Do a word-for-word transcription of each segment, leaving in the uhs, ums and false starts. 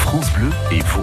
France Bleu et vous.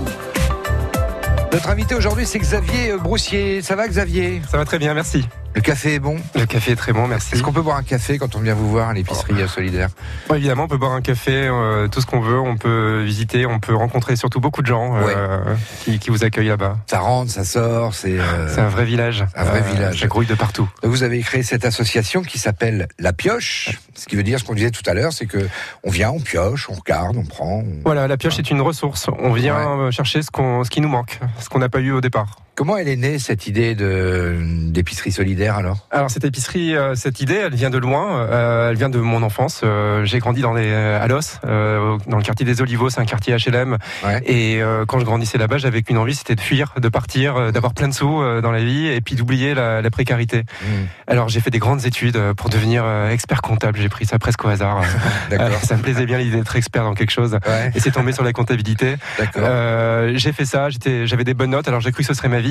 Notre invité aujourd'hui, c'est Xavier Broussier. Ça va, Xavier ? Ça va très bien, merci. Le café est bon ? Le café est très bon, merci. Est-ce qu'on peut boire un café quand on vient vous voir à l'épicerie oh. solidaire ? Ouais, évidemment, on peut boire un café, euh, tout ce qu'on veut. On peut visiter, on peut rencontrer surtout beaucoup de gens euh, ouais. qui, qui vous accueillent là-bas. Ça rentre, ça sort, c'est... Euh... C'est un vrai village. Un vrai euh, village. Ça grouille de partout. Vous avez créé cette association qui s'appelle La Pioche. Ce qui veut dire, ce qu'on disait tout à l'heure, c'est que on vient, on pioche, on regarde, on prend... On... Voilà, La Pioche ah. est une ressource. On vient ouais. chercher ce, qu'on, ce qui nous manque, ce qu'on n'a pas eu au départ. Comment elle est née, cette idée de, d'épicerie solidaire, alors ? Alors, cette épicerie, euh, cette idée, elle vient de loin. Euh, elle vient de mon enfance. Euh, j'ai grandi dans les, à Los, euh, dans le quartier des Olivos. C'est un quartier H L M. Ouais. Et euh, quand je grandissais là-bas, j'avais qu'une envie, c'était de fuir, de partir, euh, d'avoir plein de sous euh, dans la vie et puis d'oublier la, la précarité. Mmh. Alors, j'ai fait des grandes études pour devenir euh, expert comptable. J'ai pris ça presque au hasard. D'accord. Alors, ça me plaisait bien l'idée d'être expert dans quelque chose. Ouais. Et c'est tombé sur la comptabilité. D'accord. Euh, j'ai fait ça. J'étais, j'avais des bonnes notes. Alors, j'ai cru que ce serait ma vie.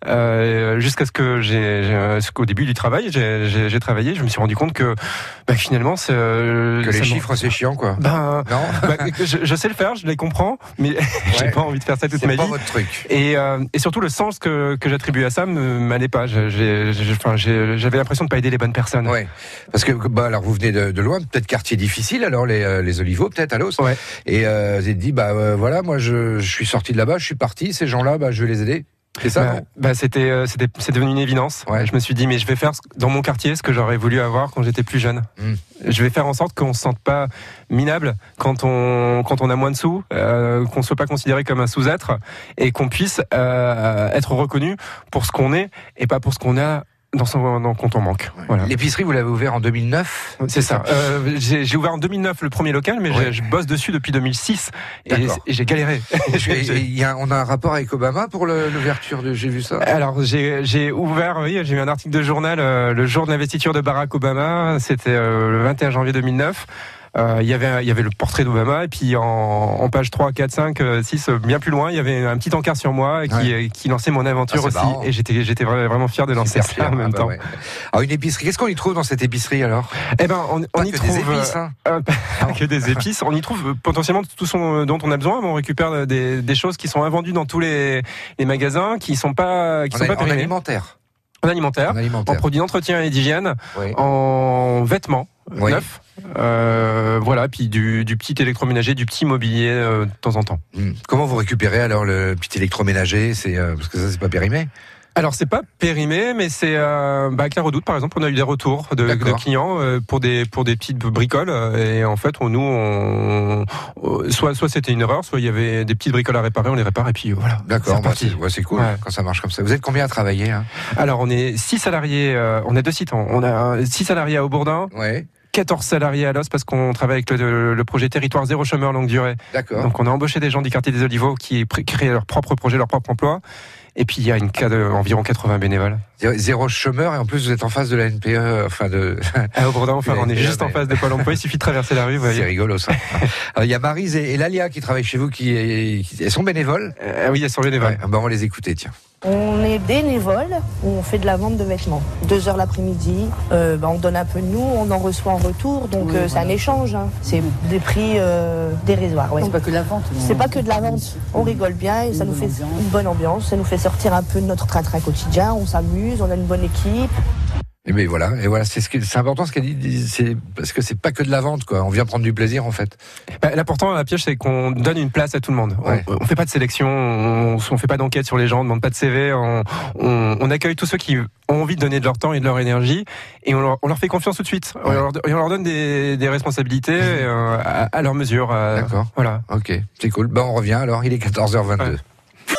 Euh, jusqu'à ce que j'ai, j'ai qu'au début du travail, j'ai, j'ai, j'ai travaillé, je me suis rendu compte que bah, finalement, c'est euh, que les chiffres c'est chiant, quoi. Ben, non. bah, je, je sais le faire, je les comprends, mais ouais. j'ai pas envie de faire ça toute c'est ma pas vie. Votre truc. Et, euh, et surtout le sens que, que j'attribuais à ça me m'allait pas. J'ai, j'ai, j'ai, enfin, j'ai, j'avais l'impression de pas aider les bonnes personnes. Ouais. Parce que bah alors vous venez de, de loin, peut-être quartier difficile, alors les euh, les Olivos, peut-être à Los. Ouais. Et euh, vous êtes dit bah euh, voilà, moi je, je suis sorti de là-bas, je suis parti, ces gens-là, bah je vais les aider. C'est ça, bah, non bah c'était, euh, c'était, c'est devenu une évidence. Ouais. Je me suis dit, mais je vais faire dans mon quartier ce que j'aurais voulu avoir quand j'étais plus jeune. Mm. Je vais faire en sorte qu'on se sente pas minable quand on, quand on a moins de sous, euh, qu'on soit pas considéré comme un sous-être et qu'on puisse euh, être reconnu pour ce qu'on est et pas pour ce qu'on a dans son dans, quand on manque. Ouais. Voilà. L'épicerie, vous l'avez ouvert en deux mille neuf ? C'est ça. Euh, j'ai, j'ai ouvert en deux mille neuf le premier local, mais ouais. je bosse dessus depuis deux mille six et, et j'ai galéré. et, et y a, on a un rapport avec Obama pour le, l'ouverture de. J'ai vu ça. Alors j'ai, j'ai ouvert, oui, j'ai eu un article de journal euh, le jour de l'investiture de Barack Obama. C'était euh, le vingt et un janvier deux mille neuf. Euh, il y avait il y avait le portrait d'Obama et puis en, en page trois, quatre, cinq, six bien plus loin il y avait un petit encart sur moi qui, ouais. qui lançait mon aventure ah, aussi marrant. Et j'étais j'étais vraiment fier de lancer ça en même ah bah temps. Ouais. Alors une épicerie, qu'est-ce qu'on y trouve dans cette épicerie alors ? Eh ben on, on y que trouve des épices, hein. euh, pas que des épices, on y trouve potentiellement tout ce dont on a besoin, mais on récupère des, des choses qui sont invendues dans tous les, les magasins qui sont pas qui en sont a, pas périmées. En alimentaire. En alimentaire, en alimentaire, en produits d'entretien et d'hygiène, oui. En vêtements oui. neufs. Euh, voilà, puis du, du petit électroménager, du petit mobilier euh, de temps en temps. Mmh. Comment vous récupérez alors le petit électroménager ? C'est euh, parce que ça c'est pas périmé ? Alors c'est pas périmé, mais c'est euh, bah, avec la Redoute par exemple, on a eu des retours de, de clients euh, pour des pour des petites bricoles et en fait on, nous on, on soit soit c'était une erreur, soit il y avait des petites bricoles à réparer, on les répare et puis voilà. D'accord, bah, c'est, ouais, c'est cool ouais. quand ça marche comme ça. Vous êtes combien à travailler hein ? Alors on est six salariés, euh, on a deux sites, on a six salariés à Aubourdin. Ouais. quatorze salariés à Los parce qu'on travaille avec le, le projet Territoire Zéro Chômeur Longue Durée. D'accord. Donc on a embauché des gens du quartier des Olivos qui créent leur propre projet, leur propre emploi. Et puis il y a une cas d'environ quatre-vingts bénévoles. Zéro chômeur et en plus vous êtes en face de la N P E, enfin de. À Aubourdin, enfin on est juste mais... en face de Pôle Emploi. Il suffit de traverser la rue. Vous voyez. C'est rigolo ça. Alors, il y a Maryse et Lalia qui travaillent chez vous, qui, qui elles sont bénévoles. Euh, oui, elles sont bénévoles. Ouais, bah on va les écouter, tiens. On est bénévoles, on fait de la vente de vêtements. Deux heures l'après-midi, euh, bah on donne un peu de nous, on en reçoit en retour, donc oui, euh, voilà. C'est un échange. Hein. C'est des prix euh, dérisoires. Ouais. C'est pas que de la vente. C'est pas que de la vente. On rigole bien et ça nous fait ambiance. Une bonne ambiance. Ça nous fait sortir un peu de notre train-train quotidien. On s'amuse, on a une bonne équipe. Et mais voilà, et voilà, c'est ce que c'est important ce qu'elle dit, c'est parce que c'est pas que de la vente quoi. On vient prendre du plaisir en fait. Bah, l'important à la Pioche, c'est qu'on donne une place à tout le monde. Ouais. On, on fait pas de sélection, on, on fait pas d'enquête sur les gens, on demande pas de C V. On, on, on accueille tous ceux qui ont envie de donner de leur temps et de leur énergie, et on leur, on leur fait confiance tout de suite. Ouais. On, leur, on leur donne des, des responsabilités euh, à, à leur mesure. Euh, D'accord. Voilà. Ok, c'est cool. Ben on revient alors. Il est quatorze heures vingt-deux. Ouais.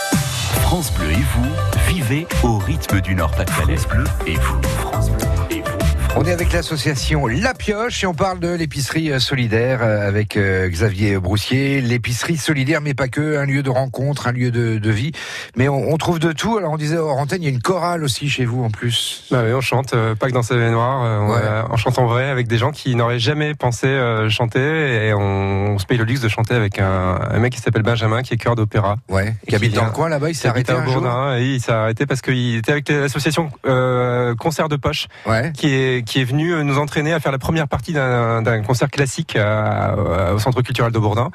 France Bleu et vous, vivez au rythme du Nord-Pas-de-Calais. France Bleu et vous, France Bleu et vous. On est avec l'association La Pioche et on parle de l'épicerie solidaire avec Xavier Broussier. L'épicerie solidaire, mais pas que, un lieu de rencontre, un lieu de, de vie. Mais on, on trouve de tout. Alors on disait hors antenne, il y a une chorale aussi chez vous en plus. Bah oui, on chante, euh, pas que dans Savé Noir, euh, on, ouais. euh, on chante en vrai avec des gens qui n'auraient jamais pensé euh, chanter et on, on se paye le luxe de chanter avec un, un mec qui s'appelle Benjamin, qui est chœur d'opéra. Ouais, qui habite dans le coin là-bas, il s'est arrêté un jour. Et il s'est arrêté parce qu'il était avec l'association euh, Concert de Poche, ouais. qui est qui est venu nous entraîner à faire la première partie d'un, d'un concert classique à, à, au Centre culturel d'Aubourdin.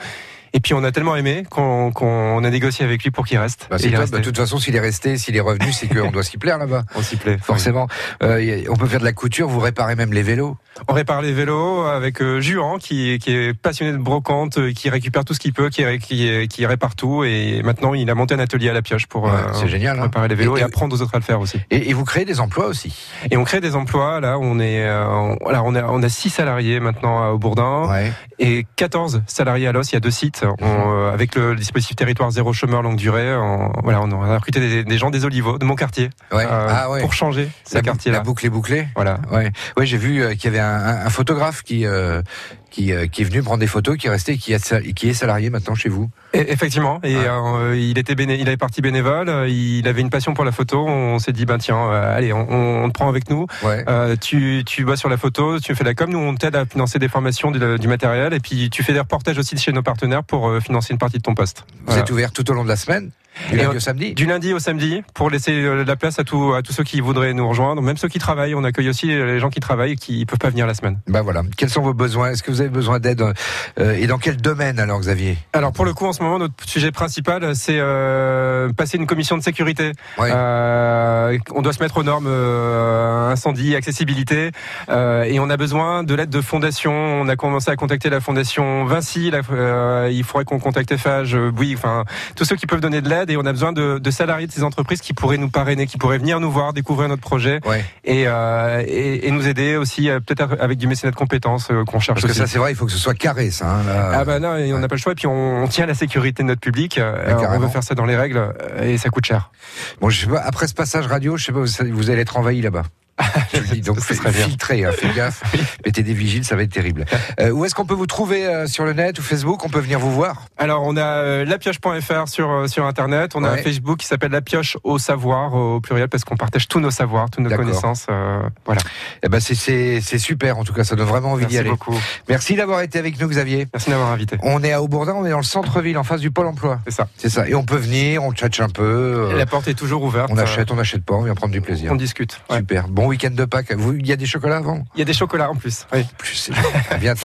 Et puis on a tellement aimé qu'on, qu'on a négocié avec lui pour qu'il reste. Bah, c'est top. De toute façon, s'il est resté, s'il est revenu, c'est qu'on doit s'y plaire là-bas. On s'y plaît. Forcément. Euh, on peut faire de la couture, vous réparez même les vélos. On répare les vélos avec euh, Juan qui, qui est passionné de brocante, euh, qui récupère tout ce qu'il peut, qui, qui, qui répare tout. Et maintenant, il a monté un atelier à la pioche pour ouais, euh, c'est génial, réparer hein. les vélos et, et apprendre aux autres à le faire aussi. Et, et vous créez des emplois aussi. Et on crée des emplois. Là, on est, euh, on, alors on a, on a six salariés maintenant au Bourdin ouais. et quatorze salariés à Los. Il y a deux sites. On, euh, avec le dispositif territoire zéro chômeur longue durée, on, voilà, on a recruté des, des gens des Olivos, de mon quartier, ouais. Euh, ah, ouais. pour changer ce quartier-là. La boucle est bouclée. Voilà. Ouais, ouais, j'ai vu euh, qu'il y avait un, un, un photographe qui euh, qui, euh, qui est venu prendre des photos, qui est resté, qui, a, qui est salarié maintenant chez vous. Et, effectivement, et ouais. euh, il était béné, il avait parti bénévole, il avait une passion pour la photo. On s'est dit ben tiens, euh, allez, on, on te prend avec nous. Ouais. Euh, tu tu bosses sur la photo, tu fais la com, nous on t'aide à financer des formations, du, du matériel, et puis tu fais des reportages aussi chez nos partenaires pour euh, financer une partie de ton poste. Vous voilà. êtes ouvert tout au long de la semaine? Du lundi au samedi? Du lundi au samedi, pour laisser la place à, tout, à tous ceux qui voudraient nous rejoindre, même ceux qui travaillent. On accueille aussi les gens qui travaillent et qui ne peuvent pas venir la semaine. Ben voilà. Quels sont vos besoins? Est-ce que vous avez besoin d'aide euh, et dans quel domaine alors, Xavier? Alors pour le coup, en ce moment, notre sujet principal, c'est euh, passer une commission de sécurité. Ouais. Euh, on doit se mettre aux normes euh, incendie, accessibilité, euh, et on a besoin de l'aide de fondations. On a commencé à contacter la fondation Vinci. La, euh, il faudrait qu'on contacte F A G, Bouygues, enfin tous ceux qui peuvent donner de l'aide. Et on a besoin de, de salariés de ces entreprises qui pourraient nous parrainer, qui pourraient venir nous voir, découvrir notre projet, ouais. et, euh, et, et nous aider aussi, euh, peut-être avec du mécénat de compétences euh, qu'on cherche. Parce que aussi. ça, c'est vrai, il faut que ce soit carré, ça. Hein, là. Ah bah non, on n'a ouais. pas le choix. Et puis on, on tient à la sécurité de notre public. Euh, on veut faire ça dans les règles, et ça coûte cher. Bon, je sais pas. Après ce passage radio, je sais pas, vous, vous allez être envahi là-bas. Je le dis, donc filtré, hein, faites gaffe, mettez des vigiles, ça va être terrible. Euh, où est-ce qu'on peut vous trouver euh, sur le net ou Facebook? On peut venir vous voir? Alors on a euh, lapioche point f r sur euh, sur internet, on a ouais. un Facebook qui s'appelle La Pioche au savoir au pluriel parce qu'on partage tous nos savoirs, toutes nos D'accord. connaissances. Euh, voilà. Eh ben c'est c'est c'est super en tout cas, ça donne vraiment envie Merci d'y aller. Beaucoup. Merci d'avoir été avec nous, Xavier. Merci d'avoir invité. On est à Aubourdin, on est dans le centre-ville, en face du Pôle Emploi. C'est ça. C'est ça. Et on peut venir, on tchatche un peu. Euh, La porte est toujours ouverte. On achète, on n'achète pas, on vient prendre du plaisir. On discute. Super. Ouais. Bon week-end de Pâques. Il y a des chocolats avant? Il y a des chocolats en plus. Oui. Plus, c'est bien.